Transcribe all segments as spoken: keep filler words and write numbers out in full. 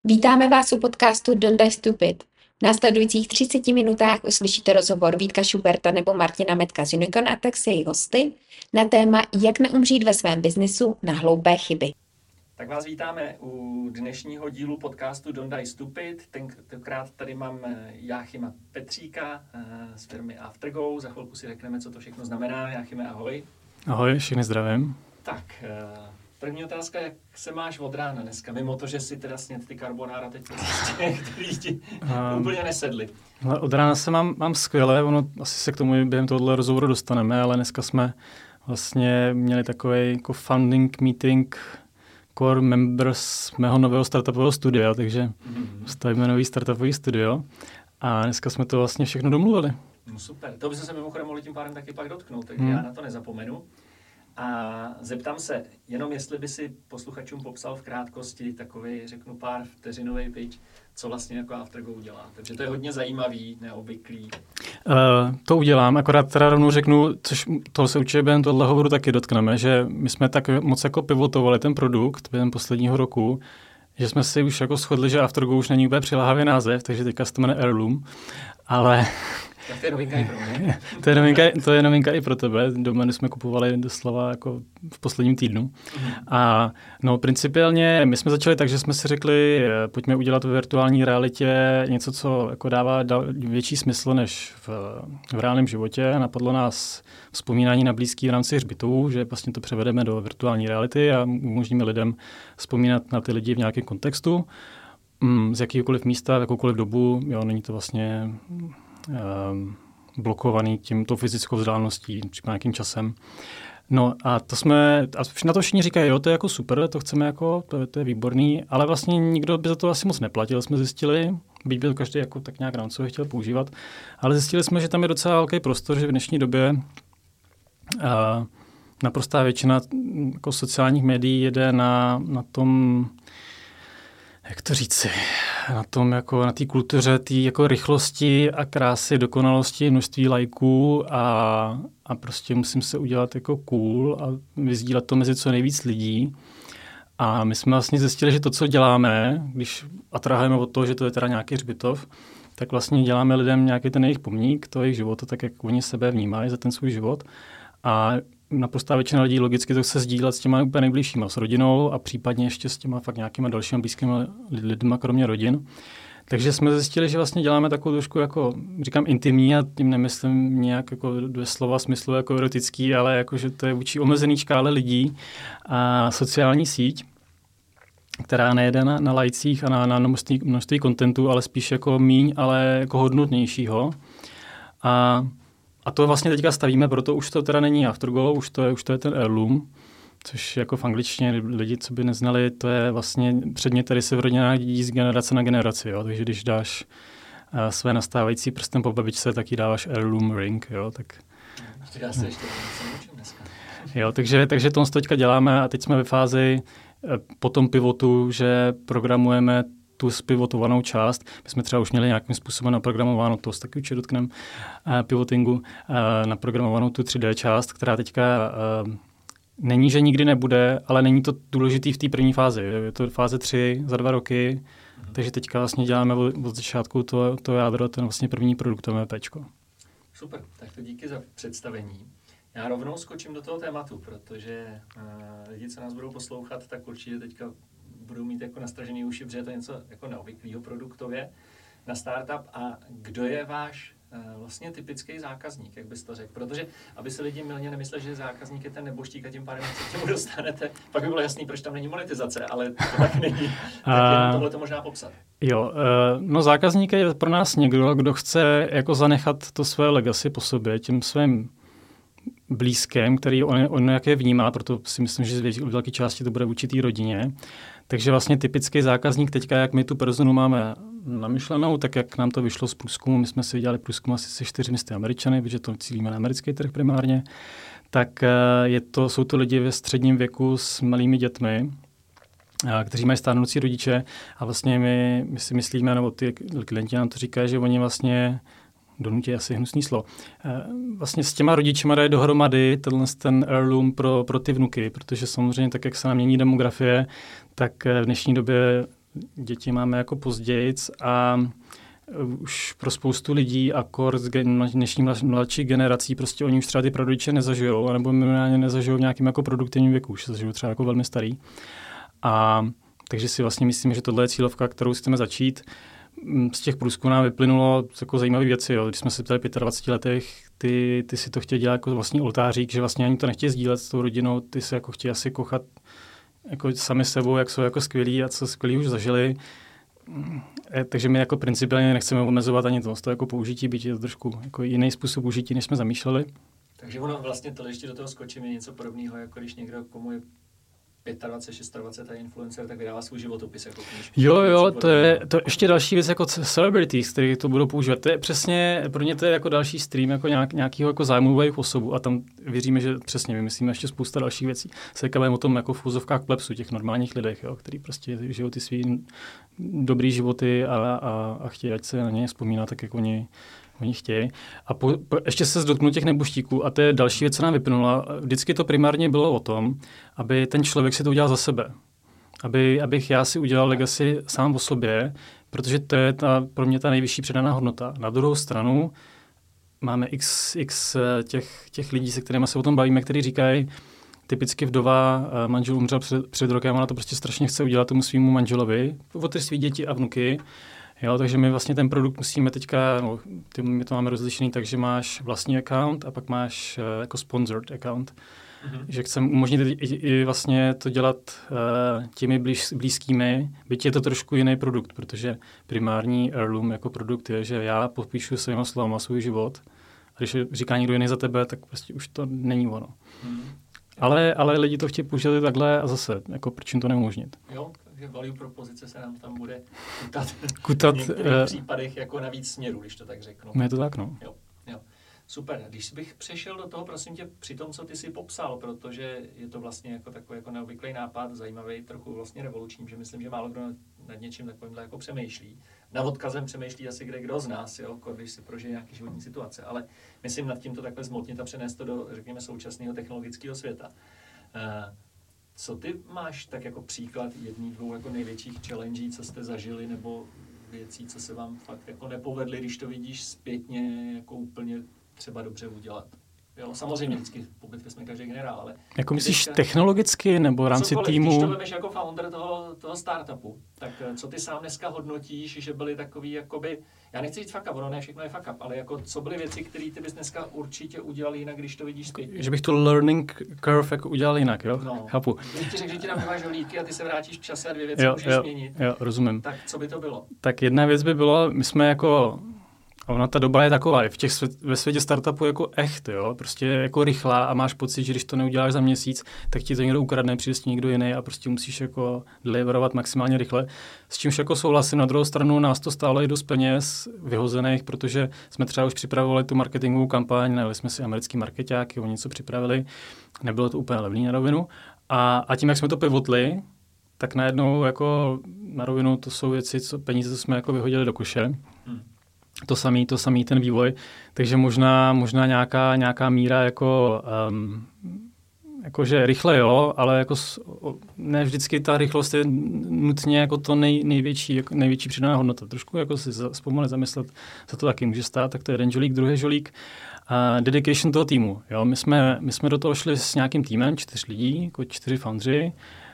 Vítáme vás u podcastu Don't Die Stupid. V následujících třiceti minutách uslyšíte rozhovor Vítka Šuberta nebo Martina Metka z Unicorn Attack s její hosty na téma, jak neumřít ve svém biznisu na hloupé chyby. Tak vás vítáme u dnešního dílu podcastu Don't Die Stupid. Tentokrát tady mám Jáchyma Petříka z firmy Aftergo. Za chvilku si řekneme, co to všechno znamená. Jáchyme, ahoj. Ahoj, všichni zdravím. Tak, první otázka, jak se máš od rána dneska? Mimo to, že si teda sněd ty carbonara teď který ti um, úplně nesedli. Od rána se mám, mám skvěle, ono asi se k tomu během tohoto rozhovoru dostaneme, ale dneska jsme vlastně měli takový jako founding meeting core members mého nového startupového studia, takže mm-hmm. stavíme nový startupový studio a dneska jsme to vlastně všechno domluvili. No super, to by se mimochodem mohli tím pádem taky pak dotknout, takže mm. já na to nezapomenu. A zeptám se, jenom jestli by si posluchačům popsal v krátkosti takový, řeknu pár vteřinový pitch, co vlastně jako Aftergo udělá. Takže to je hodně zajímavý, neobvyklý. Uh, to udělám, akorát teda rovnou řeknu, což toho se určitě během tohle hovoru taky dotkneme, že my jsme tak moc jako pivotovali ten produkt během posledního roku, že jsme si už jako shodli, že Aftergo už není úplně přiláhavý název, takže teďka se to jmenuje Heirloom, ale... Tak to je novinka i pro mě. to, je novinka, to je novinka i pro tebe. Domény jsme kupovali doslova jako v posledním týdnu. Mm. A no principiálně my jsme začali tak, že jsme si řekli, pojďme udělat ve virtuální realitě něco, co jako dává větší smysl než v, v reálném životě. Napadlo nás vzpomínání na blízký v rámci hřbitovů, že vlastně to převedeme do virtuální reality a umožníme lidem vzpomínat na ty lidi v nějakém kontextu, z jakýkoliv místa, v jakoukoliv dobu. Jo, není to vlastně... Um, blokovaný tímto fyzickou vzdáleností, třeba nějakým časem. No a to jsme, a na to všichni říkají, jo, to je jako super, to chceme jako, to, to je výborný, ale vlastně nikdo by za to asi moc neplatil, jsme zjistili, byť by to každý jako tak nějak rámcově chtěl používat, ale zjistili jsme, že tam je docela velký prostor, že v dnešní době uh, naprostá většina jako sociálních médií jede na, na tom, jak to říci, na tom jako na té kultuře, té jako rychlosti a krásy, dokonalosti, množství lajků a, a prostě musím se udělat jako cool a vyzdílet to mezi co nejvíc lidí. A my jsme vlastně zjistili, že to, co děláme, když atrahujeme od toho, že to je teda nějaký hřbitov, tak vlastně děláme lidem nějaký ten jejich pomník, to jejich života, tak jak oni sebe vnímají za ten svůj život. A naprostá většina lidí logicky to chce sdílet s těma úplně nejbližšíma, s rodinou a případně ještě s těma fakt nějakýma dalšíma blízkými lidma, kromě rodin. Takže jsme zjistili, že vlastně děláme takovou trošku jako, říkám intimní a tím nemyslím nějak jako dvě slova smyslu jako erotický, ale jako, že to je vůči omezený škále lidí a sociální síť, která nejede na, na lajcích a na, na množství, množství kontentu, ale spíš jako míň, ale jako hodnotnějšího. A A to vlastně teďka stavíme, proto už to teda není Aftergo, už to je, už to je ten Heirloom, což jako v angličtině lidi, co by neznali, to je vlastně předmět, který se v rodině dědí z generace na generaci. Jo? Takže když dáš uh, své nastávající prstem po babičce, tak jí dáváš Heirloom ring. Jo? Tak... Já se ještě něco dneska. Jo, takže, takže to teďka děláme a teď jsme ve fázi uh, po tom pivotu, že programujeme tu spivotovanou část. My jsme třeba už měli nějakým způsobem naprogramovanou, to se taky určitě dotkneme, uh, pivotingu, uh, naprogramovanou tu tři dé část, která teďka uh, není, že nikdy nebude, ale není to důležitý v té první fázi. Je to fáze tři za dva roky, mm-hmm. takže teďka vlastně děláme od, od začátku to, to jádro, ten vlastně první produktové péčko. Super, tak to díky za představení. Já rovnou skočím do toho tématu, protože uh, lidi, co nás budou poslouchat, tak určitě teďka budou mít jako nastražený uši, protože je to něco jako neobvyklého produktově na startup. A kdo je váš uh, vlastně typický zákazník, jak bys to řekl? Protože, aby se lidi mylně nemysleli, že zákazník je ten neboštík a tím pádem se k němu dostanete, pak by bylo jasný, proč tam není monetizace, ale to tak není. Tak jenom tohle to možná popsat. Jo, uh, no zákazník je pro nás někdo, kdo chce jako zanechat to své legacy po sobě, tím svým blízkém, který on, on jaké vnímá, proto si myslím, že z velké části to bude v určitý rodině. Takže vlastně typický zákazník teďka, jak my tu personu máme namyšlenou, tak jak nám to vyšlo z průzkumu, my jsme si dělali průzkum asi se čtyřmi sty Američany, protože to cílíme na americký trh primárně, tak je to, jsou to lidi ve středním věku s malými dětmi, kteří mají stárnoucí rodiče a vlastně my, my si myslíme, nebo ty klienti nám to říkají, že oni vlastně donutí asi hnusný slovo. Vlastně s těma rodičima dají dohromady tenhle ten heirloom pro, pro ty vnuky, protože samozřejmě tak, jak se nám mění demografie, tak v dnešní době děti máme jako pozdějc a už pro spoustu lidí a kor z dnešní mladší generací prostě oni už třeba ty prarodiče nezažijou, nebo minimálně nezažijou v nějakém jako produktivním věku, už zažijou třeba jako velmi starý. A takže si vlastně myslím, že tohle je cílovka, kterou chceme začít. Z těch průzkumů nám vyplynulo jako zajímavé věci. Jo. Když jsme se ptali dvaceti pěti letech, ty, ty si to chtěli dělat jako vlastní oltářík, že vlastně ani to nechtějí sdílet s tou rodinou, ty se jako chtějí asi kochat jako sami sebou, jak jsou jako skvělí a co skvělí už zažili. E, takže my jako principiálně nechceme omezovat ani to, to jako použití, byť je to trošku jako jiný způsob užití, než jsme zamýšleli. Takže ono vlastně to, ještě do toho skočím, je něco podobného, jako když někdo, komu je dvacet pět, dvacet šest a influencer, tak vydává svůj životopis jako knížku. Jo, jo, to je to ještě další věc jako celebrities, který to budou používat. To je přesně, pro ně to je jako další stream jako nějak, nějakého jako zájmových osobu a tam věříme, že přesně vymyslíme ještě spousta dalších věcí. Se říkáme o tom jako v úzovkách plebsu, těch normálních lidech, jo, který prostě žijou ty svý dobrý životy a, a, a chtějí, ať se na ně vzpomíná, tak jak oni Oni chtějí. A po, po, ještě se dotknu těch nebuštíků a to je další věc, co nám vyplynula. Vždycky to primárně bylo o tom, aby ten člověk si to udělal za sebe. Aby, abych já si udělal legacy sám o sobě, protože to je ta, pro mě ta nejvyšší přidaná hodnota. Na druhou stranu máme x, x těch, těch lidí, se kterými se o tom bavíme, kteří říkají, typicky vdova, manžel umřel před, před rokem, ona to prostě strašně chce udělat tomu svýmu manželovi, o ty svý děti a vnuky. Jo, takže my vlastně ten produkt musíme teďka, no, ty, my to máme rozlišený, takže máš vlastní account a pak máš uh, jako sponsored account. Mm-hmm. Že chceme umožnit i, i vlastně to dělat uh, těmi blíž, blízkými, byť je to trošku jiný produkt, protože primární heirloom jako produkt je, že já popíšu svýma slovama svůj život a když říká někdo jiný za tebe, tak prostě už to není ono. Mm-hmm. Ale, ale lidi to chtějí použít takhle a zase, jako proč jim to neumožnit. Jo, takže value propozice se nám tam bude kutat, kutat v některých uh, případech jako na víc směrů, když to tak řeknu. Je to tak, no. Jo, jo. Super. Když bych přešel do toho, prosím tě, při tom, co ty si popsal, protože je to vlastně jako takový jako neobvyklý nápad, zajímavý, trochu vlastně revoluční, že myslím, že málo kdo nad něčím takovýmhle jako přemýšlí. Nad odkazem přemýšlí asi kde kdo z nás, jo, když si prožije nějaký životní situace, ale myslím nad tím to takhle zmotnit a přenést to do, řekněme, současného technologického světa. Uh, co ty máš tak jako příklad jedných, dvou jako největších challenge, co jste zažili, nebo věcí, co se vám fakt jako nepovedly, když to vidíš zpětně jako úplně třeba dobře udělat? Jo, samozřejmě vždycky po bitvě jsme každý generál, ale... Jako myslíš teďka, technologicky nebo v rámci cokoliv, týmu? Když to vemeš jako founder toho, toho startupu, tak co ty sám dneska hodnotíš, že byly takový jakoby... Já nechci říct fuck up, ono ne všechno je fuck up, ale jako co byly věci, které ty bys dneska určitě udělal jinak, když to vidíš zpětně? Že bych tu learning curve jako udělal jinak, jo? No. Chápu. Když ti řekl, že ti tam dáváš žolíky a ty se vrátíš v čase a dvě věci jo, můžeš jo, změnit. Jo, rozumím. Tak co by to bylo? Tak jedna věc by bylo, my jsme jako... Ona ta doba je taková, v těch svět, ve světě startupu jako echt, jo, prostě jako rychlá a máš pocit, že když to neuděláš za měsíc, tak ti to někdo ukradne, přijde ti někdo jiný a prostě musíš jako deliverovat maximálně rychle. S čímž jako souhlasím, na druhou stranu nás to stálo i dost peněz vyhozených, protože jsme třeba už připravovali tu marketingovou kampaň, najeli jsme si americký markeťáky, oni něco připravili, nebylo to úplně levný na rovinu a, a tím, jak jsme to pivotli, tak najednou jako na rovinu to jsou věci, co peníze, co jsme jako vyhodili do koše. Hmm. To samý, to samý ten vývoj, takže možná, možná nějaká, nějaká míra jako, um, jakože rychle jo, ale jako ne vždycky ta rychlost je nutně jako to nej, největší, jako největší přidaná hodnota. Trošku jako si zpomalit zamyslet, co to taky může stát, tak to je jeden žolík, druhý žolík. Uh, dedication toho týmu. Jo. My, jsme, my jsme do toho šli s nějakým týmem, čtyř lidí, jako čtyři foundři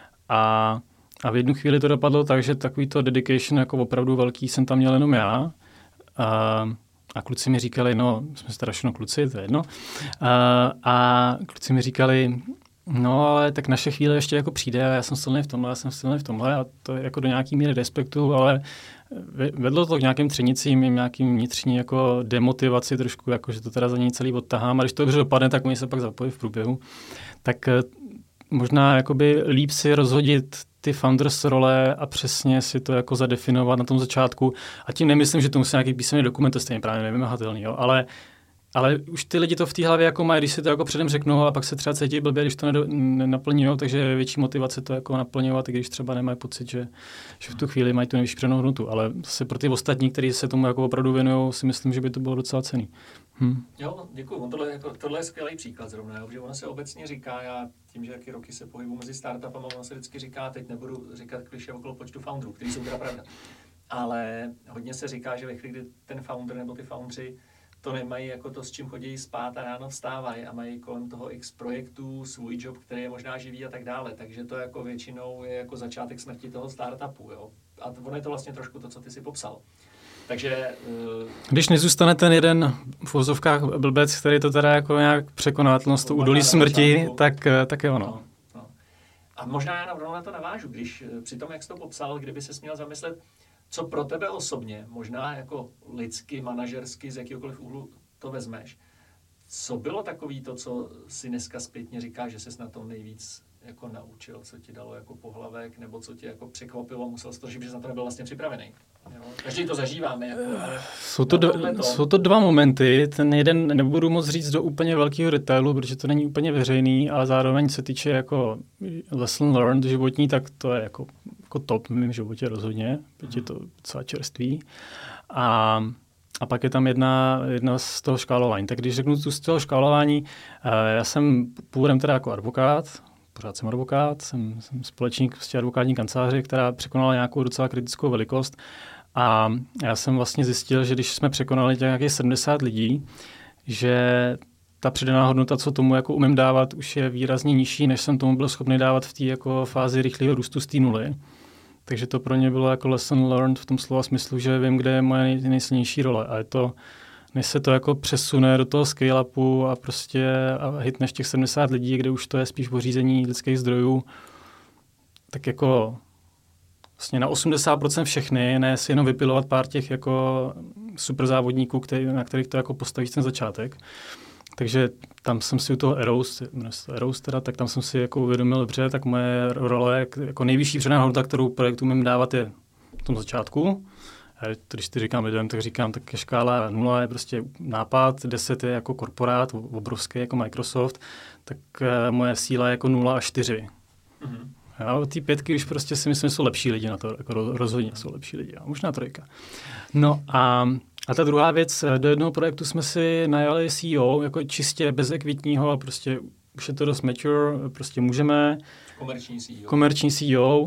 a, a v jednu chvíli to dopadlo tak, že takovýto dedication jako opravdu velký jsem tam měl jenom já. A, a kluci mi říkali, no, jsme strašně kluci, to je jedno. A, a kluci mi říkali, no, ale tak naše chvíle ještě jako přijde a já jsem silný v tomhle, já jsem silný v tomhle a to je jako do nějaký míry respektu, ale vedlo to k nějakým třenicím, nějakým vnitřní jako demotivaci trošku, jako že to teda za něj celý odtahám a když to dobře dopadne, tak oni se pak zapojí v průběhu. Tak možná jakoby líp si rozhodit ty founders role a přesně si to jako zadefinovat na tom začátku. A tím nemyslím, že to musí nějaký písemný dokument, to stejně právě nevymahatelný, jo, ale ale už ty lidi to v té hlavě jako mají, když si to jako předem řeknou a pak se třeba cítí blbě, když to nenaplňují, takže je větší motivace to jako naplňovat, i když třeba nemají pocit, že, že v tu chvíli mají tu nejvyšší přidanou hodnotu. Ale zase pro ty ostatní, kteří se tomu jako opravdu věnují, si myslím, že by to bylo docela cenný. Hm. Jo, děkuju. Tohle, jako, tohle je skvělý příklad zrovna, jo, že ono se obecně říká, já tím, že jaký roky se pohybuji mezi startupama, ono se vždycky říká, teď nebudu říkat klišé okolo počtu founderů, který jsou teda pravda. Ale hodně se říká, že ve chvíli, kdy ten founder nebo ty foundři to nemají jako to, s čím chodí spát a ráno vstávají a mají kolem toho x projektů, svůj job, který je možná živý a tak dále. Takže to jako většinou je jako začátek smrti toho startupu. Jo? A ono je to vlastně trošku to, co ty si popsal. Takže... Uh, Když nezůstane ten jeden v uvozovkách blbec, který to teda jako nějak překoná to údolí smrti, tak, tak je ono. No, no. A možná já rovnou na to navážu, když při tom, jak jsi to popsal, kdyby se směl zamyslet, co pro tebe osobně, možná jako lidsky, manažersky, z jakýkoliv úhlu to vezmeš, co bylo takový to, co si dneska zpětně říká, že ses na tom nejvíc jako naučil, co ti dalo jako pohlavek, nebo co tě jako překvapilo, musel jsi to říct, že na to nebyl vlastně připravený. Jo? Každý to zažíváme. Jako, ale jsou, to dva, to... jsou to dva momenty. Ten jeden nebudu moc říct do úplně velkého detailu, protože to není úplně veřejný, ale zároveň se týče jako lesson learned životní, tak to je jako, jako top v mém životě rozhodně, protože je to docela čerstvý. A A pak je tam jedna, jedna z toho škálování. Tak když řeknu tu z toho škálování, já jsem původem teda jako advokát, pořád jsem advokát, jsem, jsem společník v advokátní kanceláři, která překonala nějakou docela kritickou velikost. A já jsem vlastně zjistil, že když jsme překonali těch nějakých sedmdesát lidí, že ta přidaná hodnota, co tomu jako umím dávat, už je výrazně nižší, než jsem tomu byl schopný dávat v té jako fázi rychlého růstu z té nuly. Takže to pro mě bylo jako lesson learned v tom slova smyslu, že vím, kde je moje nejsilnější role. A je to, než se to jako přesune do toho scale-upu a prostě a hitneš těch sedmdesát lidí, kde už to je spíš pořízení lidských zdrojů, tak jako vlastně na osmdesát procent všechny, ne si jenom vypilovat pár těch jako super závodníků, který, na kterých to jako postavíš ten začátek. Takže tam jsem si u toho Eros, Eros teda, tak tam jsem si jako uvědomil dobře, tak moje role jako nejvyšší přidaná hodnota, kterou projektu mím dávat, je v tom začátku. A když ty říkám lidem, tak říkám, tak je škála nula je prostě nápad, deset je jako korporát, obrovský jako Microsoft, tak moje síla je jako nula a čtyři. Mm-hmm. A ty pětky, když prostě si myslím, jsou lepší lidi na to, jako rozhodně jsou lepší lidi, a možná trojka. No a A ta druhá věc, do jednoho projektu jsme si najali C E O, jako čistě bezekvitního, a prostě už je to dost mature, prostě můžeme. Komerční C E O. Komerční C E O.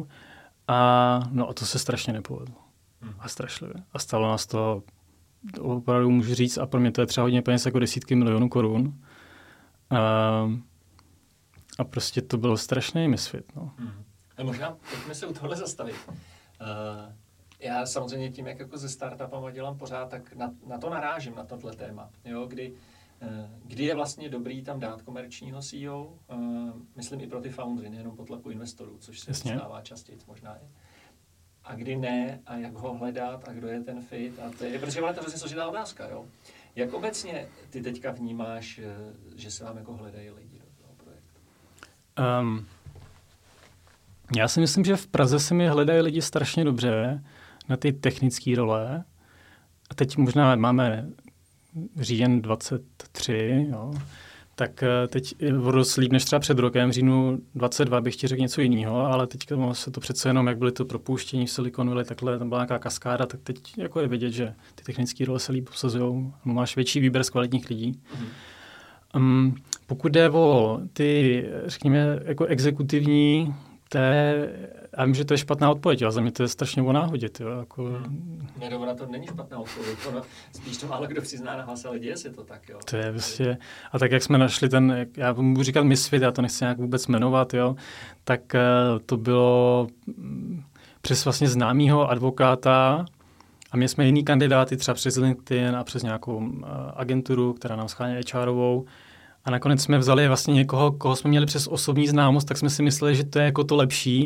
A, no a to se strašně nepovedlo. Hmm. A strašlivě. A stalo nás to, opravdu můžu říct, a pro mě to je třeba hodně peněz, jako desítky milionů korun. A, a prostě to bylo strašný misfit. No. Hmm. A možná pojďme se u tohle zastavit. Uh... Já samozřejmě tím, jak jako se startupama dělám pořád, tak na, na to narážím, na tohle téma. Jo, kdy, kdy je vlastně dobrý tam dát komerčního C E O, myslím i pro ty foundry, nejenom po tlaku investorů, což se stává častěji možná je. A kdy ne, a jak ho hledat, a kdo je ten fit, a to je, protože je to hrozně složitá otázka, jo. Jak obecně ty teďka vnímáš, že se vám jako hledají lidi do toho projektu? Um, já si myslím, že v Praze se mi hledají lidi strašně dobře, na ty technické role. A teď možná máme říjen dvacet tři, jo. Tak teď roz líp než třeba před rokem, v říjnu dvacet dva bych ti řekl něco jiného, ale teď se to přece jenom, jak byly to propouštění v Silicon Valley, takhle tam byla nějaká kaskáda, tak teď jako je vidět, že ty technické role se líp obsazují, máš větší výběr z kvalitních lidí. Mm. Um, pokud jde o ty, řekněme, jako exekutivní, to je, já vím, že to je špatná odpověď, ale za mě to je strašně o náhodě. Jo, jako... hmm. Ne, dobra, to není špatná odpověď, ono, spíš to málo kdo přizná na hlas, ale děje se to tak. Jo. To je vlastně, a tak jak jsme našli ten, já můžu říkat misfit, já to nechci nějak vůbec jmenovat, jo, tak uh, to bylo um, přes vlastně známýho advokáta a my jsme jiný kandidáty, třeba přes LinkedIn a přes nějakou uh, agenturu, která nám schání H R-ovou. A nakonec jsme vzali vlastně někoho, koho jsme měli přes osobní známost, tak jsme si mysleli, že to je jako to lepší.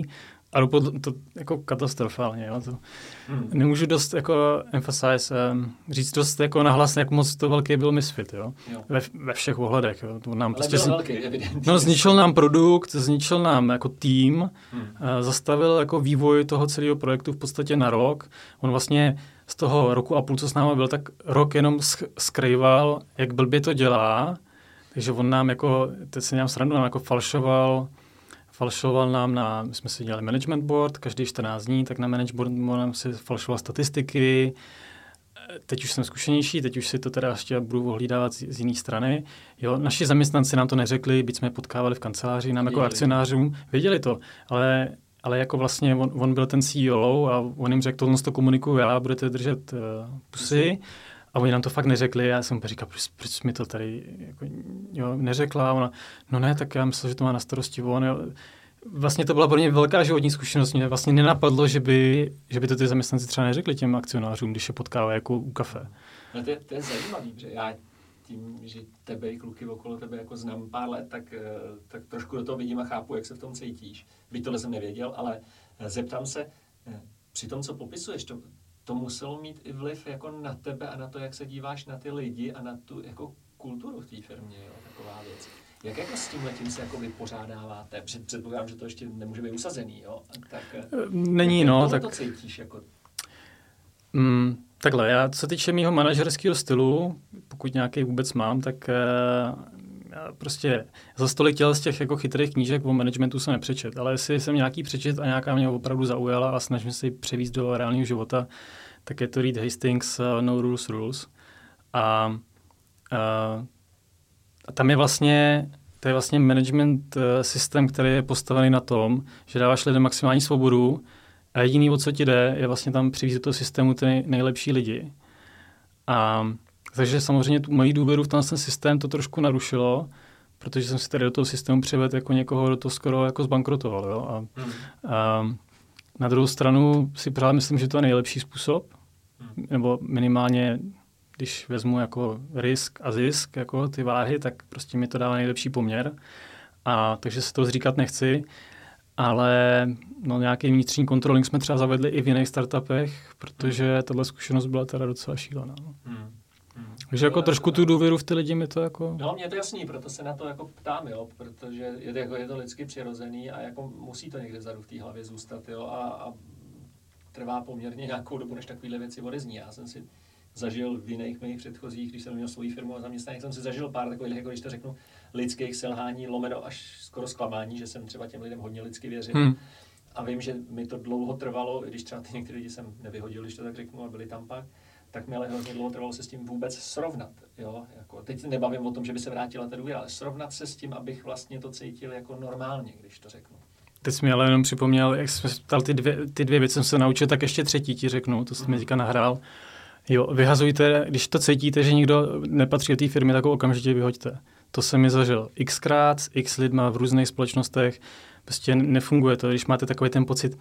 A to, to jako katastrofálně, jo. To hmm. Nemůžu dost jako emphasize, um, říct dost jako nahlas, jak moc to velký byl misfit, jo. jo. Ve, ve všech ohledech, jo. To nám ale prostě byl velký, evidentně. No, zničil nám produkt, zničil nám jako tým, hmm. uh, zastavil jako vývoj toho celého projektu v podstatě na rok. On vlastně z toho roku a půl, co s námi byl, tak rok jenom skrýval, jak blbě to dělá. Takže on nám jako, teď se nám srandu, nám jako falšoval, falšoval nám na, my jsme si dělali management board, každý čtrnáct dní, tak na management board nám si falšoval statistiky. Teď už jsem zkušenější, teď už si to teda ještě budu ohlídávat z, z jiné strany. Jo, naši zaměstnanci nám to neřekli, byť jsme je potkávali v kanceláři, nám jako akcionářům, věděli to, ale, ale jako vlastně on, on byl ten C E O a on jim řekl, tohle to komunikuju já, budete držet uh, pusy. A oni nám to fakt neřekli, já jsem říkal, proč, proč mi to tady jako, jo, neřekla. A ona, no ne, tak já myslel, že to má na starosti on. Jo. Vlastně to byla pro mě velká životní zkušenost. Mě vlastně nenapadlo, že by, že by to ty zaměstnanci třeba neřekli těm akcionářům, když je potkávají jako u kafe. No to je, to je zajímavý, že já tím, že tebe i kluky okolo tebe jako znám pár let, tak, tak trošku do toho vidím a chápu, jak se v tom cítíš. Byť tohle jsem nevěděl, ale zeptám se, při tom, co popisuješ, to, to muselo mít i vliv jako na tebe a na to, jak se díváš na ty lidi a na tu jako kulturu v té firmě, jo, taková věc. Jak jako s tímhletím se jako vypořádáváte? Předpokládám, že to ještě nemůže být usazený, jo? Tak, není, no. Tak to cítíš jako? Mm, takhle, já co se týče mýho manažerského stylu, pokud nějaký vůbec mám, tak uh, já prostě za stolik těl z těch jako chytrých knížek o managementu jsem nepřečet, ale jestli jsem nějaký přečet a nějaká mě opravdu zaujala a snažím se ji převízt do reálného života, tak je to Reed Hastings uh, No Rules Rules. A, uh, a tam je vlastně, to je vlastně management uh, systém, který je postavený na tom, že dáváš lidem maximální svobodu a jediný, o co ti jde, je vlastně tam přivízt do toho systému ty nejlepší lidi. A takže samozřejmě tu moji důvěru v ten systém to trošku narušilo, protože jsem si tady do toho systému přivedl jako někoho, kdo to skoro jako zbankrotoval. Jo? A, hmm. a na druhou stranu si právě myslím, že to je nejlepší způsob, hmm. nebo minimálně, když vezmu jako risk a zisk, jako ty váhy, tak prostě mi to dává nejlepší poměr. A takže se to zříkat nechci, ale no, nějaký vnitřní kontroling jsme třeba zavedli i v jiných startupech, protože hmm. tato zkušenost byla teda docela šílená. Hmm. Takže jako trošku tu důvěru v ty lidi mi to jako... No, mně je to jasný, proto se na to jako ptám, jo, protože je to, jako, je to lidsky přirozený a jako musí to někde vzadu v té hlavě zůstat, jo, a, a trvá poměrně nějakou dobu, než takovéhle věci odezní. Já jsem si zažil v jiných mých předchozích, když jsem měl svou firmu a zaměstnání, jsem si zažil pár takových, jako když to řeknu, lidských selhání, lomeno až skoro zklamání, že jsem třeba těm lidem hodně lidsky věřil. Hmm. A vím, že mi to dlouho trvalo, i když třeba ty některé lidi jsem nevyhodil, když to tak řeknu, a byli tam pak, tak mi ale hrozně dlouho trvalo se s tím vůbec srovnat. Jo? Jako, teď nebavím o tom, že by se vrátila ta důvěra, ale srovnat se s tím, abych vlastně to cítil jako normálně, když to řeknu. Teď jsi mi ale jenom připomněl, jak jsi ptal ty dvě, ty dvě věci, jsem se naučil, tak ještě třetí ti řeknu, to jsi mm. mi teďka nahrál. Jo, vyhazujte, když to cítíte, že někdo nepatří do té firmy, tak ho okamžitě vyhoďte. To se mi zažil xkrát s x lidma v různých společnostech. Prostě nefunguje to, když máte takový ten pocit,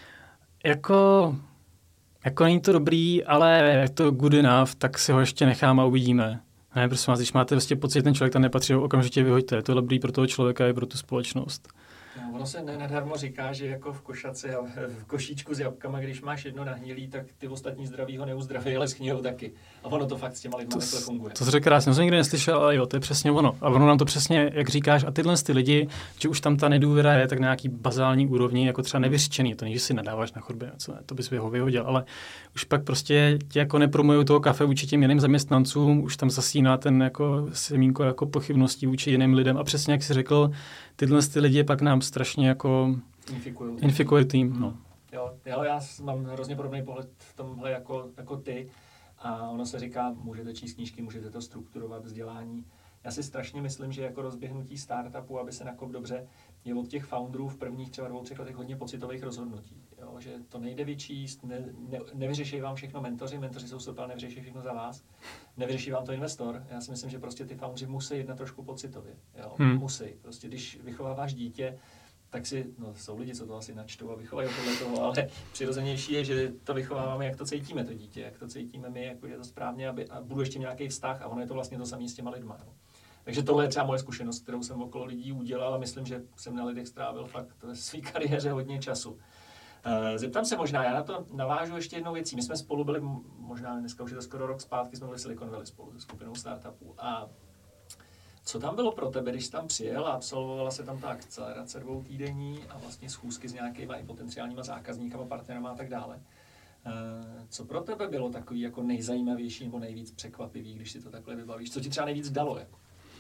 jako... Jako není to dobrý, ale je to good enough, tak si ho ještě necháme a uvidíme. Ne, prosím vás, když máte vlastně pocit, že ten člověk tam nepatří, ho okamžitě vyhoďte. Je to dobrý pro toho člověka i pro tu společnost. No, ono se nenadarmo říká, že jako v košaci a v košíčku s jabkama, když máš jedno nahnilý, tak ty ostatní zdraví ho neuzdraví, ale schnijou taky. A ono to fakt s těma lidma takhle funguje. To řekl krásně, jsem nikdy neslyšel, ale jo, to je přesně ono. A ono nám to přesně, jak říkáš, a tyhle ty lidi, že už tam ta nedůvěra je tak na nějaký bazální úrovni, jako třeba nevyřčený. To není, že si nadáváš na chodbě, co ne, to bys ho vyhodil, ale už pak prostě ti jako nepromují toho kafe vůči těm jiným zaměstnancům, už tam zasíná ten jako semínko jako pochybností vůči jiným lidem. A přesně jak jsi řekl, tyhle ty lidi pak nám strašně jako infikují tým. No. Jo, já mám hrozně podobný pohled v tomhle jako, jako ty a ono se říká, můžete číst knížky, můžete to strukturovat, vzdělání. Já si strašně myslím, že jako rozběhnutí startupu, aby se nakop dobře, je od těch founderů v prvních třeba dvou, třech letech hodně pocitových rozhodnutí. Jo, že to nejde vyčíst, ne, ne, nevyřeší vám všechno mentoři, mentoři jsou super, nevyřeší všechno za vás, nevyřeší vám to investor. Já si myslím, že prostě ty foundři musí jednat trošku pocitově. Jo, hmm. Musí. Prostě když vychováváš dítě, tak si, no jsou lidi, co to asi načtou a vychovají podle toho, ale přirozenější je, že to vychováváme, jak to cítíme, to dítě, jak to cítíme my, jako je to správně, aby, a budu ještě nějaký vztah a ono je to vlastně to samé s těma lidma. No. Takže tohle je třeba moje zkušenost, kterou jsem okolo lidí udělal a myslím, že jsem na lidech strávil fakt ve své kariéře hodně času. Zeptám se možná, já na to navážu ještě jednou věcí. My jsme spolu byli, možná dneska už je to skoro rok zpátky, jsme byli v Silicon Valley spolu se skupinou startupů. A co tam bylo pro tebe, když jsi tam přijel a absolvovala se tam ta akcelerace dvoutýdenní a vlastně schůzky s nějakýma i potenciálníma zákazníkama, partnerama a tak dále? Co pro tebe bylo takový jako nejzajímavější nebo nejvíc překvapivý, když si to takhle vybavíš? Co ti třeba nejvíc dalo? Jako?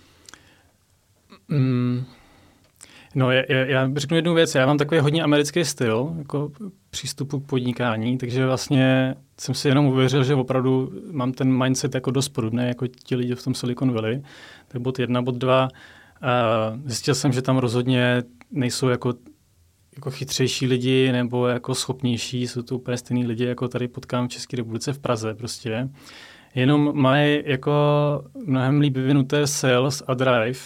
Mm. No, já, já řeknu jednu věc. Já mám takový hodně americký styl jako přístupu k podnikání, takže vlastně jsem si jenom uvěřil, že opravdu mám ten mindset jako dost podobný jako ti lidi v tom Silicon Valley. To je bod jedna, bod dva. Zjistil jsem, že tam rozhodně nejsou jako, jako chytřejší lidi nebo jako schopnější, jsou to úplně stejný lidi, jako tady potkám v České republice v Praze prostě. Jenom mají jako mnohem líp vyvinuté sales a drive.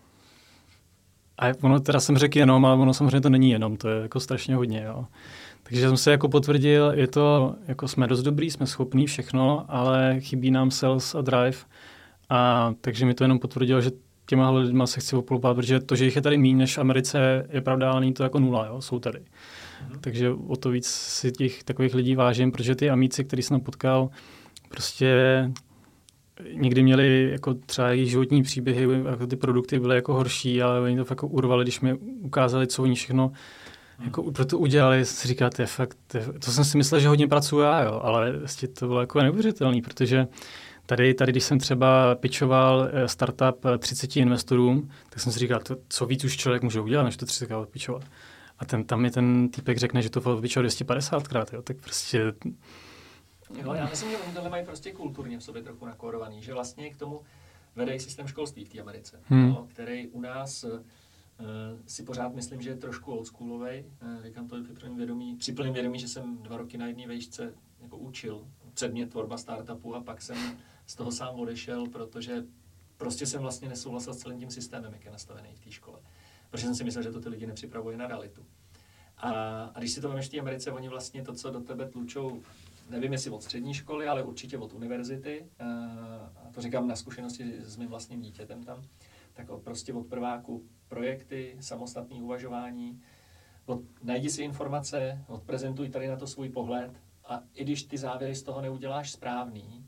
A ono teda jsem řekl jenom, ale ono samozřejmě to není jenom, to je jako strašně hodně, jo. Takže jsem se jako potvrdil, je to, jako jsme dost dobrý, jsme schopní všechno, ale chybí nám sales a drive. A takže mi to jenom potvrdilo, že těma lidma se chci opolupát, protože to, že jich je tady méně než v Americe, je pravda, ale není to jako nula, jo, jsou tady. Mm-hmm. Takže o to víc si těch takových lidí vážím, protože ty amíci, který jsem potkal, prostě někdy měli jako třeba jejich životní příběhy, jako ty produkty byly jako horší, ale oni to fakt jako urvali, když mi ukázali, co oni všechno hmm. jako pro to udělali. Si říkáte, fakt, to jsem si myslel, že hodně pracuji já, jo, ale vlastně to bylo jako neuvěřitelný, protože tady, tady, když jsem třeba pitchoval startup třiceti investorům, tak jsem si říkal, to, co víc už člověk může udělat, než to třicetkrát pitchovat. A ten, tam mi ten týpek řekne, že to pitchoval dvě stě padesátkrát, jo, tak prostě... Jo, já myslím, že oni tohle mají prostě kulturně v sobě trochu nakódovaný, že vlastně k tomu vede i systém školství v té Americe, hmm. no, který u nás uh, si pořád myslím, že je trošku oldschoolovej. Uh, říkám to při plném vědomí, při plném vědomí, že jsem dva roky na jedné vejšce jako učil předmět tvorba startupu a pak jsem z toho sám odešel, protože prostě jsem vlastně nesouhlasil s celým tím systémem, jak je nastavený v té škole. Protože jsem si myslel, že to ty lidi nepřipravuje na realitu. A, a když si to vemeš v té Americe, oni vlastně to, co do tebe tlučou, nevím, jestli od střední školy, ale určitě od univerzity, a to říkám na zkušenosti s mým vlastním dítětem tam, tak od, prostě od prváku projekty, samostatné uvažování, od, najdi si informace, odprezentuj tady na to svůj pohled a i když ty závěry z toho neuděláš správný,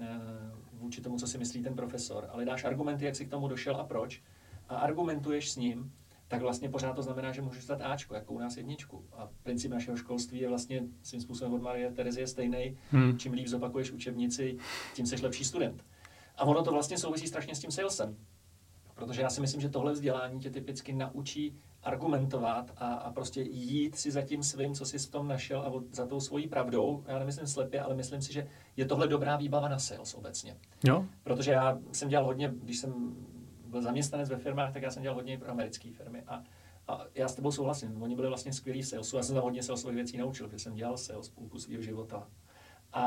vůči tomu, co si myslí ten profesor, ale dáš argumenty, jak jsi k tomu došel a proč, a argumentuješ s ním, tak vlastně pořád to znamená, že můžeš stát Ačko, jako u nás jedničku. A princip našeho školství je vlastně svým způsobem od Marie Terezie stejný. Hmm. Čím líp zopakuješ učebnici, tím seš lepší student. A ono to vlastně souvisí strašně s tím salesem. Protože já si myslím, že tohle vzdělání tě typicky naučí argumentovat a, a prostě jít si za tím svým, co jsi v tom našel a za tou svojí pravdou. Já nemyslím slepě, ale myslím si, že je tohle dobrá výbava na sales obecně. Jo. Protože já jsem dělal hodně, když jsem byl zaměstnanec ve firmách, tak já jsem dělal hodně i pro americké firmy. A, a já s tebou souhlasím. Oni byli vlastně skvělí v salesu. Já jsem tam hodně salesových věcí naučil, protože jsem dělal sales půlku svého života. A,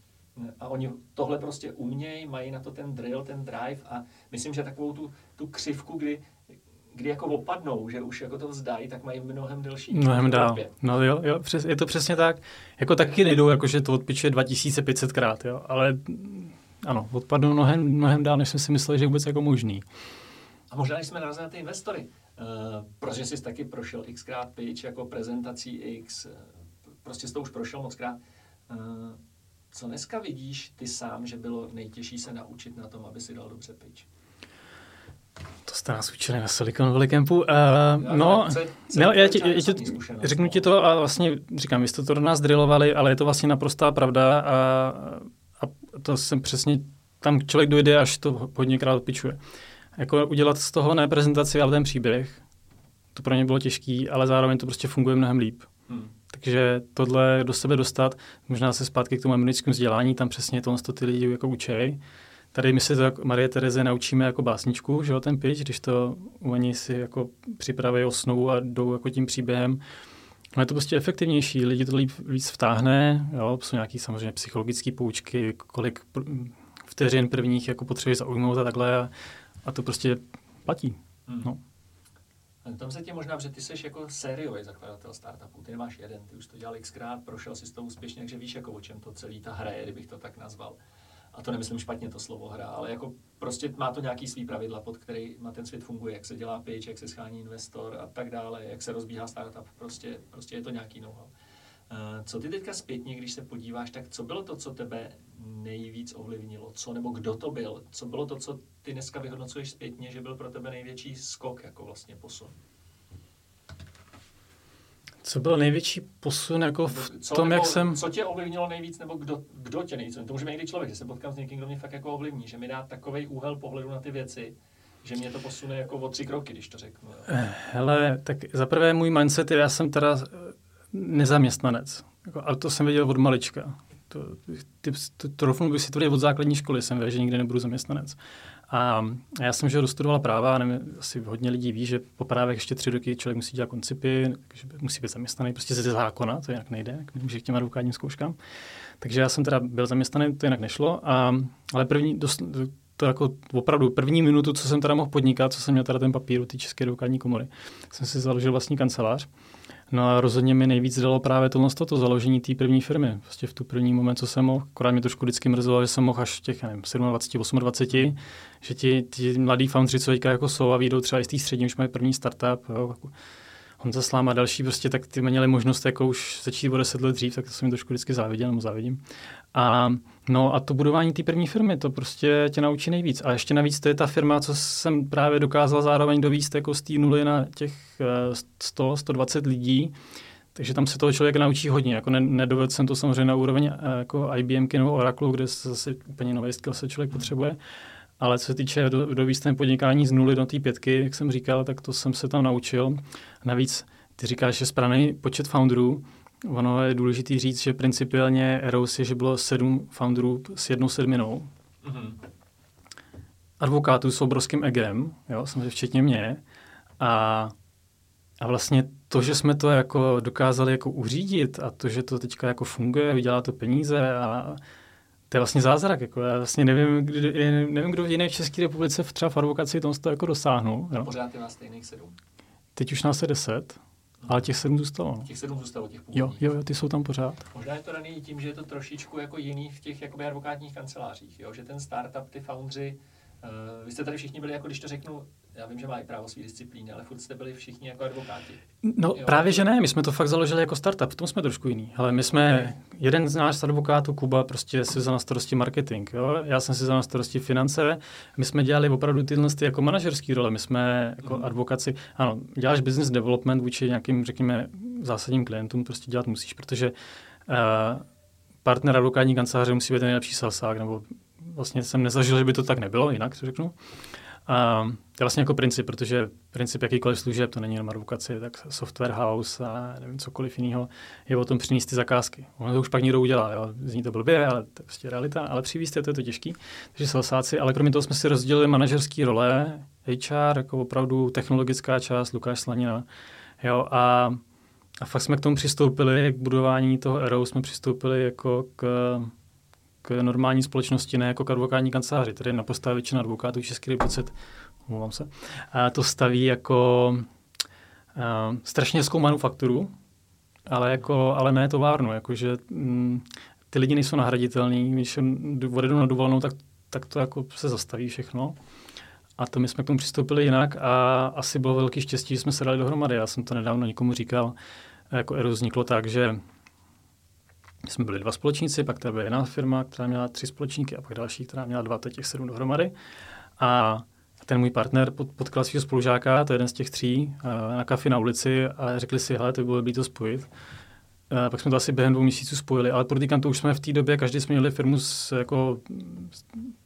a oni tohle prostě umějí, mají na to ten drill, ten drive a myslím, že takovou tu, tu křivku, kdy, kdy jako opadnou, že už jako to vzdají, tak mají mnohem delší. Mnohem dál. No jo, jo, přes, je to přesně tak. Jako taky nejdou, jakože to odpičuje dva tisíce pět set krát, jo, ale ano, odpadnou mnohem, mnohem dál, než jsme si mysleli, že je vůbec jako možný. A možná, když jsme narazili na ty investory, uh, protože jsi taky prošel xkrát pitch, jako prezentací X, uh, prostě jsi to už prošel mockrát. Uh, co dneska vidíš ty sám, že bylo nejtěžší se naučit na tom, aby si dal dobře pitch? To jste nás učili na Silicon Valley Campu. Uh, no, co je, co ne, já, ti, já ti, řeknu ti to a vlastně říkám, vy jste to do nás drillovali, ale je to vlastně naprostá pravda a, a to jsem přesně, tam člověk dojde, až to hodněkrát odpičuje. Jako udělat z toho ne prezentaci, ale ten příběh, to pro ně bylo těžký, ale zároveň to prostě funguje mnohem líp. Hmm. Takže tohle do sebe dostat, možná se zpátky k tomu americkému vzdělání, tam přesně tohle ty lidi jako učej. Tady my se to jako Marie Tereze naučíme jako básničku, že jo, ten pitch, když to oni si jako připraví osnovu a jdou jako tím příběhem. No je to prostě efektivnější, lidi to líp víc vtáhne, jo, jsou nějaký samozřejmě psychologické poučky, kolik vteřin prvních jako potřebuješ zaujmout a takhle a, a to prostě platí. Hmm. No. Tam se tě možná, že ty jsi jako sériový zakladatel startupů, ty nemáš jeden, ty už to dělal xkrát, prošel si s to úspěšně, takže víš, jako o čem to celý ta hra je, kdybych to tak nazval. A to nemyslím špatně to slovo hra, ale jako prostě má to nějaký svý pravidla, pod kterýma ten svět funguje, jak se dělá pitch, jak se schání investor a tak dále, jak se rozbíhá startup, prostě, prostě je to nějaký know-how. Co ty teďka zpětně, když se podíváš, tak co bylo to, co tebe nejvíc ovlivnilo? Co nebo kdo to byl? Co bylo to, co ty dneska vyhodnocuješ zpětně, že byl pro tebe největší skok, jako vlastně posun? Co byl největší posun jako v co, tom, nebo, jak jsem... Co tě ovlivnilo nejvíc, nebo kdo, kdo tě nejvíc? To může být někdy člověk, že se potkám s někým, kdo mě fakt jako ovlivní, že mi dá takovej úhel pohledu na ty věci, že mě to posune jako o tři kroky, když to řeknu. Jo. Hele, tak zaprvé můj mindset je, já jsem teda nezaměstnanec. Jako, ale to jsem věděl od malička. To, ty, to, to rovnou bych si tvrdil od základní školy, jsem věděl, že nikdy nebudu zaměstnanec. A já jsem, že dostudoval práva, a nevím, asi hodně lidí ví, že po právech ještě tři roky člověk musí dělat koncipy, musí být zaměstnaný prostě ze zákona, to jinak nejde, nemůže k těm advokátním zkouškám. Takže já jsem teda byl zaměstnaný, to jinak nešlo, a, ale první, dost, to jako opravdu první minutu, co jsem teda mohl podnikat, co jsem měl teda ten papír u té České advokátní komory, jsem si založil vlastní kancelář. No a rozhodně mi nejvíc dalo právě tohle to založení té první firmy. Prostě v tu první moment, co jsem mohl, akorát mě trošku vždycky mrzelo, že jsem mohl až těch, nevím, sedmdvacet, dvacet osm, že ti, ti mladí foundři, co teďka jako jsou a vyjdou třeba i z té střední, už mají první startup, jo, Honza Slám a další, prostě tak ty měli možnost jako už začít o deset let dřív, tak to jsem jim trošku vždycky záviděl, nebo závidím. A, no a to budování té první firmy, to prostě tě naučí nejvíc. A ještě navíc to je ta firma, co jsem právě dokázal zároveň dovíst jako z té nuly na těch sto, sto dvacet lidí, takže tam se toho člověk naučí hodně. Jako ne, nedovedl jsem to samozřejmě na úroveň jako IBMky nebo Oracle, kde se zase úplně nový skill se člověk potřebuje. Ale co se týče do, dovíst ten podnikání z nuly do té pětky, jak jsem říkal, tak to jsem se tam naučil. Navíc ty říkáš, že správný počet founderů, ono je důležité říct, že principiálně Eros je, že bylo sedm founderů s jednou sedminou. Mm-hmm. Advokátů s obrovským egem, jo, samozřejmě včetně mě. A, a vlastně to, že jsme to jako dokázali jako uřídit a to, že to teďka jako funguje, vydělá to peníze a to je vlastně zázrak. Jako já vlastně nevím, kdy, nevím, kdo jiný v České republice v třeba v advokaci tomu to jako dosáhnul. Jo. Pořád je vás stejných sedm. Teď už nás je deset, no. Ale těch sedm zůstalo. Těch sedm zůstalo, těch původních. Jo, jo, ty jsou tam pořád. Možná je to daný tím, že je to trošičku jako jiný v těch jakoby advokátních kancelářích, jo? Že ten startup, ty foundři, uh, vy jste tady všichni byli, jako když to řeknu, já vím, že mají právo svý disciplíny, ale furt jste byli všichni jako advokáti. No jo? Právě, že ne, my jsme to fakt založili jako startup, v tom jsme trošku jiný. Ale my jsme, okay. jeden z nás advokátů, Kuba, prostě si vzal na starosti marketing, jo? Já jsem si vzal na starosti finance, my jsme dělali opravdu tyhle jako manažerský role, my jsme jako mm. advokaci, ano, děláš business development vůči nějakým, řekněme, zásadním klientům, prostě dělat musíš, protože uh, partner advokátní kanceláře musí být ten nejlepší salesák, nebo vlastně jsem nezažil, že by to tak nebylo, jinak to řeknu. A to je vlastně jako princip, protože princip jakýkoliv služeb, to není jenom advokacie, tak software house a nevím, cokoliv jiného, je o tom přinést ty zakázky. Ono to už pak někdo udělá, jo. Zní to blbě, ale to je prostě realita, ale přivést je to, je to těžký. Takže salesáci, ale kromě toho jsme si rozdělili manažerské role, H R, jako opravdu technologická část, Lukáš Slanina, jo, a, a fakt jsme k tomu přistoupili, k budování toho Eros jsme přistoupili jako k k normální společnosti, ne jako k advokátní kanceláři. Tady na postavě většina advokátů v České republice, omlouvám se, a to staví jako a, strašně hezkou manufakturu, ale, jako, ale ne továrnu. Jakože, m, ty lidi nejsou nahraditelní, když odjedou na dovolenou, tak, tak to jako se zastaví všechno. A to my jsme k tomu přistoupili jinak a asi bylo velký štěstí, že jsme se dali dohromady. Já jsem to nedávno někomu říkal, jako Eros vzniklo tak, že jsme byli dva společníci, pak tady byla jiná firma, která měla tři společníky a pak další, která měla dva, těch sedm dohromady. A ten můj partner pod, potkal svého spolužáka, to je jeden z těch tří, na kafi na ulici a řekli si, hele, to by bylo dobré to spojit. A pak jsme to asi během dvou měsíců spojili, ale podotýkám, to už jsme v té době, každý jsme měli firmu s, jako, s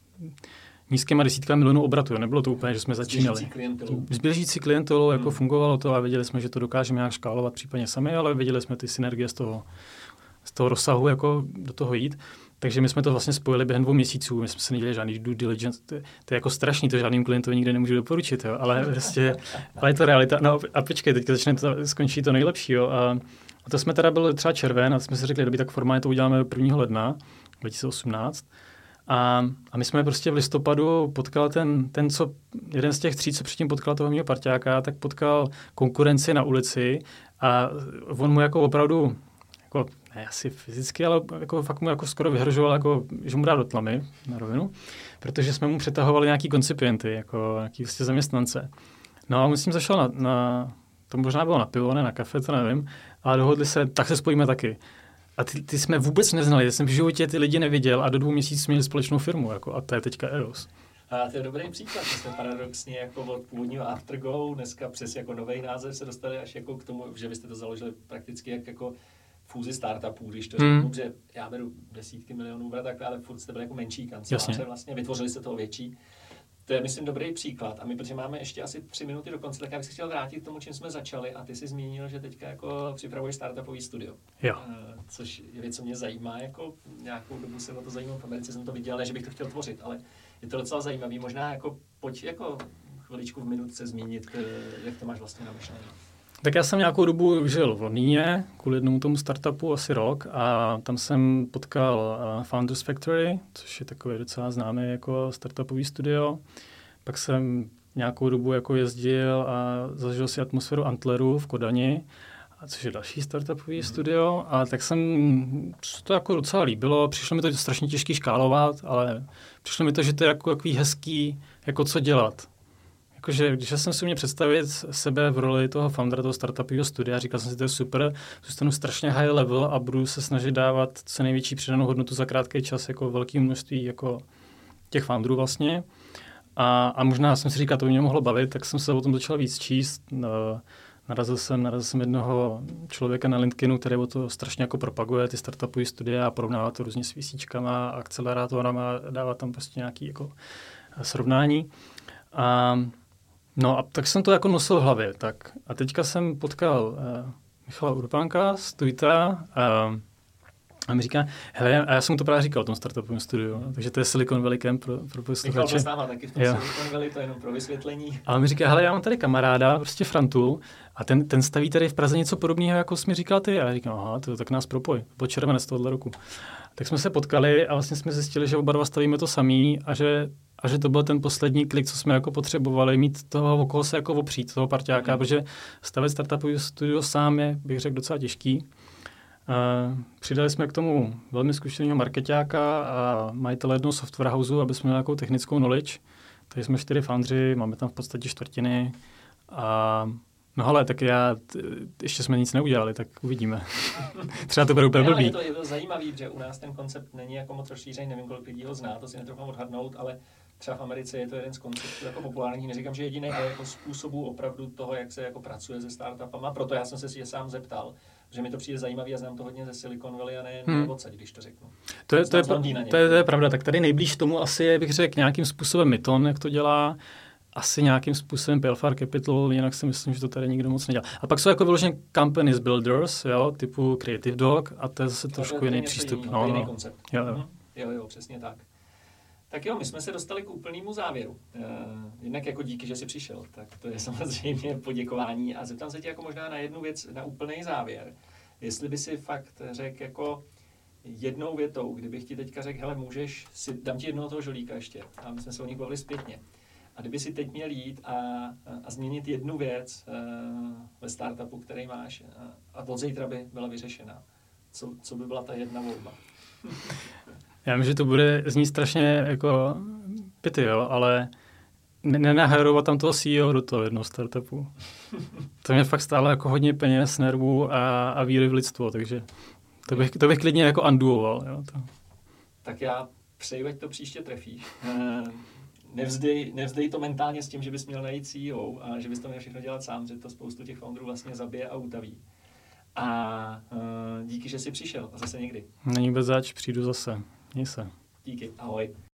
nízkýma desítkami milionů obratu. Nebylo to úplně, že jsme začínali. S běžící klientelou, jako hmm. fungovalo to a věděli jsme, že to dokážeme nějak škálovat případně sami, ale věděli jsme ty synergie z toho, z toho rozsahu jako do toho jít. Takže my jsme to vlastně spojili během dvou měsíců. My jsme se nedělali žádný due diligence. To, to je jako strašný, to žádným klientovi nikdy nemůžu doporučit, jo. Ale prostě, ale je to realita. No a počkej, teď začne to, skončí to nejlepší, jo. A, a to jsme teda byli třeba červen a jsme si řekli, dobrý, tak formálně to uděláme prvního ledna dva tisíce osmnáct. A, a my jsme prostě v listopadu potkal ten, ten, co, jeden z těch tří, co předtím potkal toho mého parťáka, tak potkal konkurenci na ulici a on mu jako opravdu, jako, ne asi fyzicky, ale jako fakt mu jako skoro vyhrožoval, jako, že mu dá do tlamy na rovinu, protože jsme mu přetahovali nějaký koncipienty, jako nějaký vlastně zaměstnance. No a on s tím zašel na, na, to možná bylo na pivo, ne na kafe, to nevím, A dohodli se, tak se spojíme taky. A ty, ty jsme vůbec neznali, já jsem v životě ty lidi neviděl a do dvou měsíců jsme měli společnou firmu, jako, a to je teďka Eros. A to je dobrý příklad, my jsme paradoxně jako od původního Aftergo, dneska přes jako nový název se dostali až jako k tomu, že vy jste to založili prakticky jak jako fúzi startupů, když to hmm. řeknu, že já beru desítky milionů brat, takhle, ale furt jste byli jako menší kanceláře, vlastně vytvořili jste toho větší. To je, myslím, dobrý příklad. A my, protože máme ještě asi tři minuty do konce, tak já bych se chtěl vrátit k tomu, čím jsme začali. A ty jsi zmínil, že teďka jako připravuješ startupový studio. Jo. Uh, což je věc, co mě zajímá. Jako nějakou dobu se o to zajímám. V Americe jsem to viděl, ne, že bych to chtěl tvořit, ale je to docela zajímavý. Možná jako pojď jako chviličku v minutce zmínit, jak to máš vlastně na myšlení. Tak já jsem nějakou dobu žil v Londýně kvůli jednomu tomu startupu, asi rok, a tam jsem potkal Founders Factory, což je takový docela známý jako startupový studio. Pak jsem nějakou dobu jako jezdil a zažil si atmosféru Antleru v Kodani, což je další startupový mm. studio. A tak jsem to jako docela líbilo. Přišlo mi to strašně těžký škálovat, ale přišlo mi to, že to je jako takový hezký, jako co dělat. Jakože, když jsem si měl představit sebe v roli toho foundera toho startupového studia, říkal jsem si, to je super, zůstanu strašně high level a budu se snažit dávat co největší přidanou hodnotu za krátký čas, jako velké množství jako těch founderů vlastně. A, a možná jsem si říkal, to by mě mohlo bavit, tak jsem se o tom začal víc číst. Narazil jsem, narazil jsem jednoho člověka na LinkedInu, který o to strašně jako propaguje, ty startupové studia, a porovnává to různě s VCčkama, akcelerátorama, dává tam prostě nějaké jako srovnání. A No a tak jsem to jako nosil v hlavě. Tak. A teďka jsem potkal uh, Michala Urbánka z Twittera uh, a mi říká, hele, a já jsem mu to právě říkal o tom startupovém studiu, no, takže to je Silicon Valley Camp pro, pro posluchače. Michal byl s náma taky v tom Silicon Valley, to je jenom pro vysvětlení. Ale mi říká, hele, já mám tady kamaráda, prostě Frantu, a ten, ten staví tady v Praze něco podobného, jako jsi mi říkal ty. A já říkám, aha, to, tak nás propoj, po červenec tohoto roku. Tak jsme se potkali a vlastně jsme zjistili, že oba dva stavíme to samý a že A že to byl ten poslední klik, co jsme jako potřebovali, mít toho okolo se jako opřít, toho parťáka, mm. protože stavět startupový studio sám je, bych řekl, docela těžký. Uh, přidali jsme k tomu velmi zkušeného marketáka a majitele jednoho software houseu, aby jsme měli nějakou technickou knowledge. Tady jsme čtyři foundři, máme tam v podstatě čtvrtiny. A no ale tak já, t, ještě jsme nic neudělali, tak uvidíme. Třeba to bude úplně blbý. Je to, je to zajímavý, že u nás ten koncept není jako moc rozšířený, nevím, kolik lidí ho zná, to si netroufám odhadnout, ale třeba v Americe je to jeden z konceptů jako populárních, neříkám, že jediný, ale jako způsobů opravdu toho, jak se jako pracuje se startupama. Proto já jsem se si sám zeptal, že mi to přijde zajímavý a znám to hodně ze Silicon Valley a ne hmm. odsaď, když to řeknu. To je, to, je, to, je, to, je, to je pravda, tak tady nejblíž tomu asi je, bych řekl, nějakým způsobem Myton, jak to dělá, asi nějakým způsobem P L F R Capital, jinak si myslím, že to tady nikdo moc nedělá. A pak jsou jako vyloženě companies builders, jo, typu Creative Dog, a to je zase trošku to je jiný přístup. Jiný, no, jiný no. koncept. Jo, jo. Mhm. jo, jo, přesně tak. Tak jo, my jsme se dostali k úplnému závěru. Uh, jinak jako díky, že jsi přišel, tak to je samozřejmě poděkování. A zeptám se tě jako možná na jednu věc, na úplný závěr. Jestli by si fakt řekl jako jednou větou, kdybych ti teďka řekl, hele, můžeš, si, dám ti jednoho toho žolíka ještě, a my jsme se o nich bavili zpětně. A kdyby si teď měl jít a, a změnit jednu věc uh, ve startupu, který máš, a, a od zítra by byla vyřešena, co, co by byla ta jedna volba? Já myslím, že to bude znít strašně jako pity, jo, ale nenahajrovat tam toho C E O do toho jednoho startupu. To mě fakt stálo jako hodně peněz, nervů a, a víry v lidstvo, takže to bych, to bych klidně jako unduoval. Jo, to. Tak já přeju, ať to příště trefíš. Nevzdej, nevzdej to mentálně s tím, že bys měl najít C E O a že bys to měl všechno dělat sám, že to spoustu těch founderů vlastně zabije a utaví. A uh, díky, že jsi přišel a zase někdy. Není bez zač, přijdu zase. Měj se. Díky, ahoj.